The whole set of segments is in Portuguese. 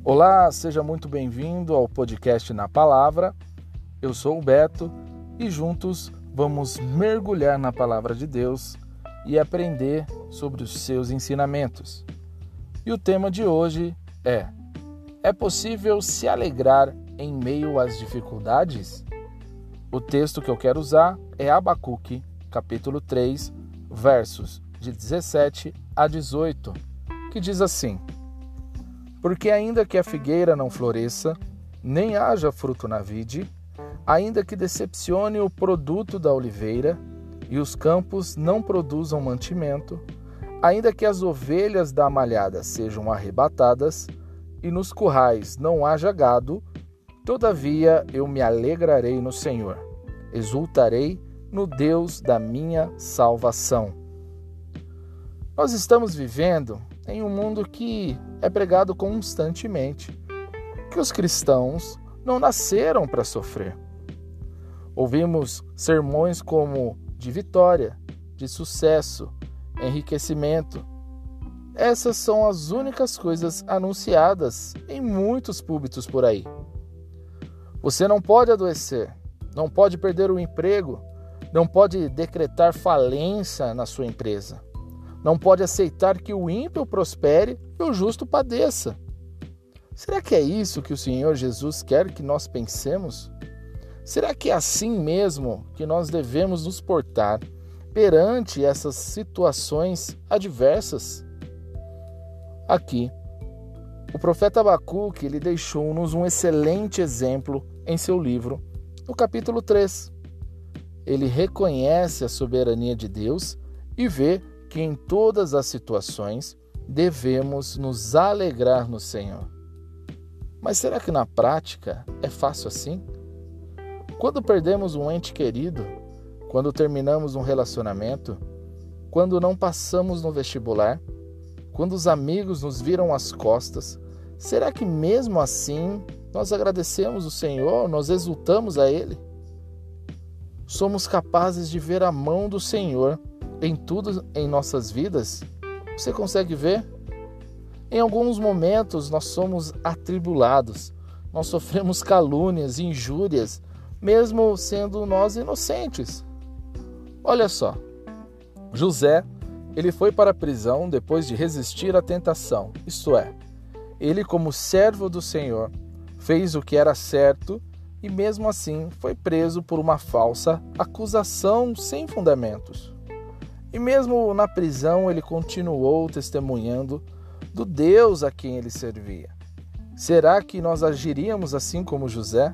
Olá, seja muito bem-vindo ao podcast Na Palavra. Eu sou o Beto e juntos vamos mergulhar na Palavra de Deus e aprender sobre os seus ensinamentos. E o tema de hoje é possível se alegrar em meio às dificuldades? O texto que eu quero usar é Abacuque, capítulo 3, versos de 17 a 18, que diz assim: Porque ainda que a figueira não floresça, nem haja fruto na vide, ainda que decepcione o produto da oliveira, e os campos não produzam mantimento, ainda que as ovelhas da malhada sejam arrebatadas, e nos currais não haja gado, todavia eu me alegrarei no Senhor, exultarei no Deus da minha salvação. Nós estamos vivendo em um mundo que é pregado constantemente, que os cristãos não nasceram para sofrer. Ouvimos sermões como de vitória, de sucesso, enriquecimento. Essas são as únicas coisas anunciadas em muitos púlpitos por aí. Você não pode adoecer, não pode perder o emprego, não pode decretar falência na sua empresa. Não pode aceitar que o ímpio prospere e o justo padeça. Será que é isso que o Senhor Jesus quer que nós pensemos? Será que é assim mesmo que nós devemos nos portar perante essas situações adversas? Aqui, o profeta Abacuque ele deixou-nos um excelente exemplo em seu livro, no capítulo 3. Ele reconhece a soberania de Deus e vê que em todas as situações devemos nos alegrar no Senhor. Mas será que na prática é fácil assim? Quando perdemos um ente querido, quando terminamos um relacionamento, quando não passamos no vestibular, quando os amigos nos viram as costas, será que mesmo assim nós agradecemos o Senhor, nós exultamos a Ele? Somos capazes de ver a mão do Senhor em tudo em nossas vidas? Você consegue ver? Em alguns momentos nós somos atribulados, nós sofremos calúnias, injúrias, mesmo sendo nós inocentes. Olha só, José, ele foi para a prisão depois de resistir à tentação, isto é, ele como servo do Senhor fez o que era certo e mesmo assim foi preso por uma falsa acusação sem fundamentos. E mesmo na prisão ele continuou testemunhando do Deus a quem ele servia. Será que nós agiríamos assim como José?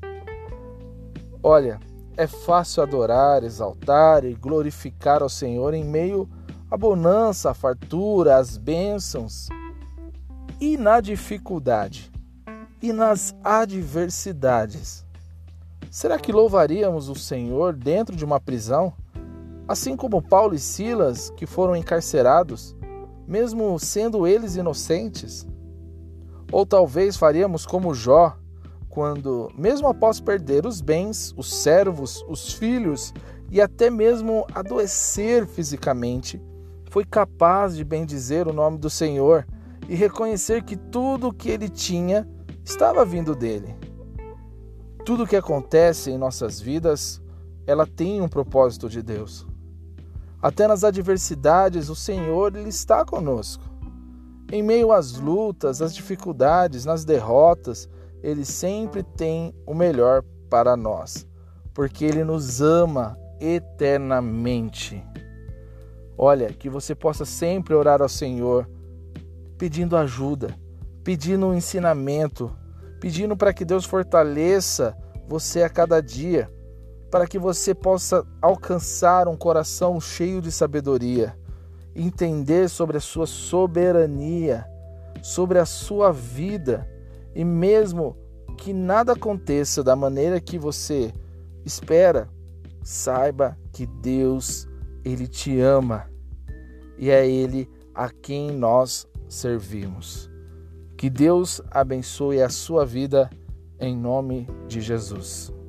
Olha, é fácil adorar, exaltar e glorificar ao Senhor em meio à bonança, à fartura, às bênçãos. E na dificuldade, e nas adversidades. Será que louvaríamos o Senhor dentro de uma prisão? Assim como Paulo e Silas, que foram encarcerados, mesmo sendo eles inocentes? Ou talvez faríamos como Jó, quando, mesmo após perder os bens, os servos, os filhos e até mesmo adoecer fisicamente, foi capaz de bendizer o nome do Senhor e reconhecer que tudo o que ele tinha estava vindo dele. Tudo o que acontece em nossas vidas, ela tem um propósito de Deus. Até nas adversidades, o Senhor ele está conosco. Em meio às lutas, às dificuldades, nas derrotas, Ele sempre tem o melhor para nós, porque Ele nos ama eternamente. Olha, que você possa sempre orar ao Senhor, pedindo ajuda, pedindo um ensinamento, pedindo para que Deus fortaleça você a cada dia, para que você possa alcançar um coração cheio de sabedoria, entender sobre a sua soberania, sobre a sua vida, e mesmo que nada aconteça da maneira que você espera, saiba que Deus, Ele te ama, e é Ele a quem nós servimos. Que Deus abençoe a sua vida em nome de Jesus.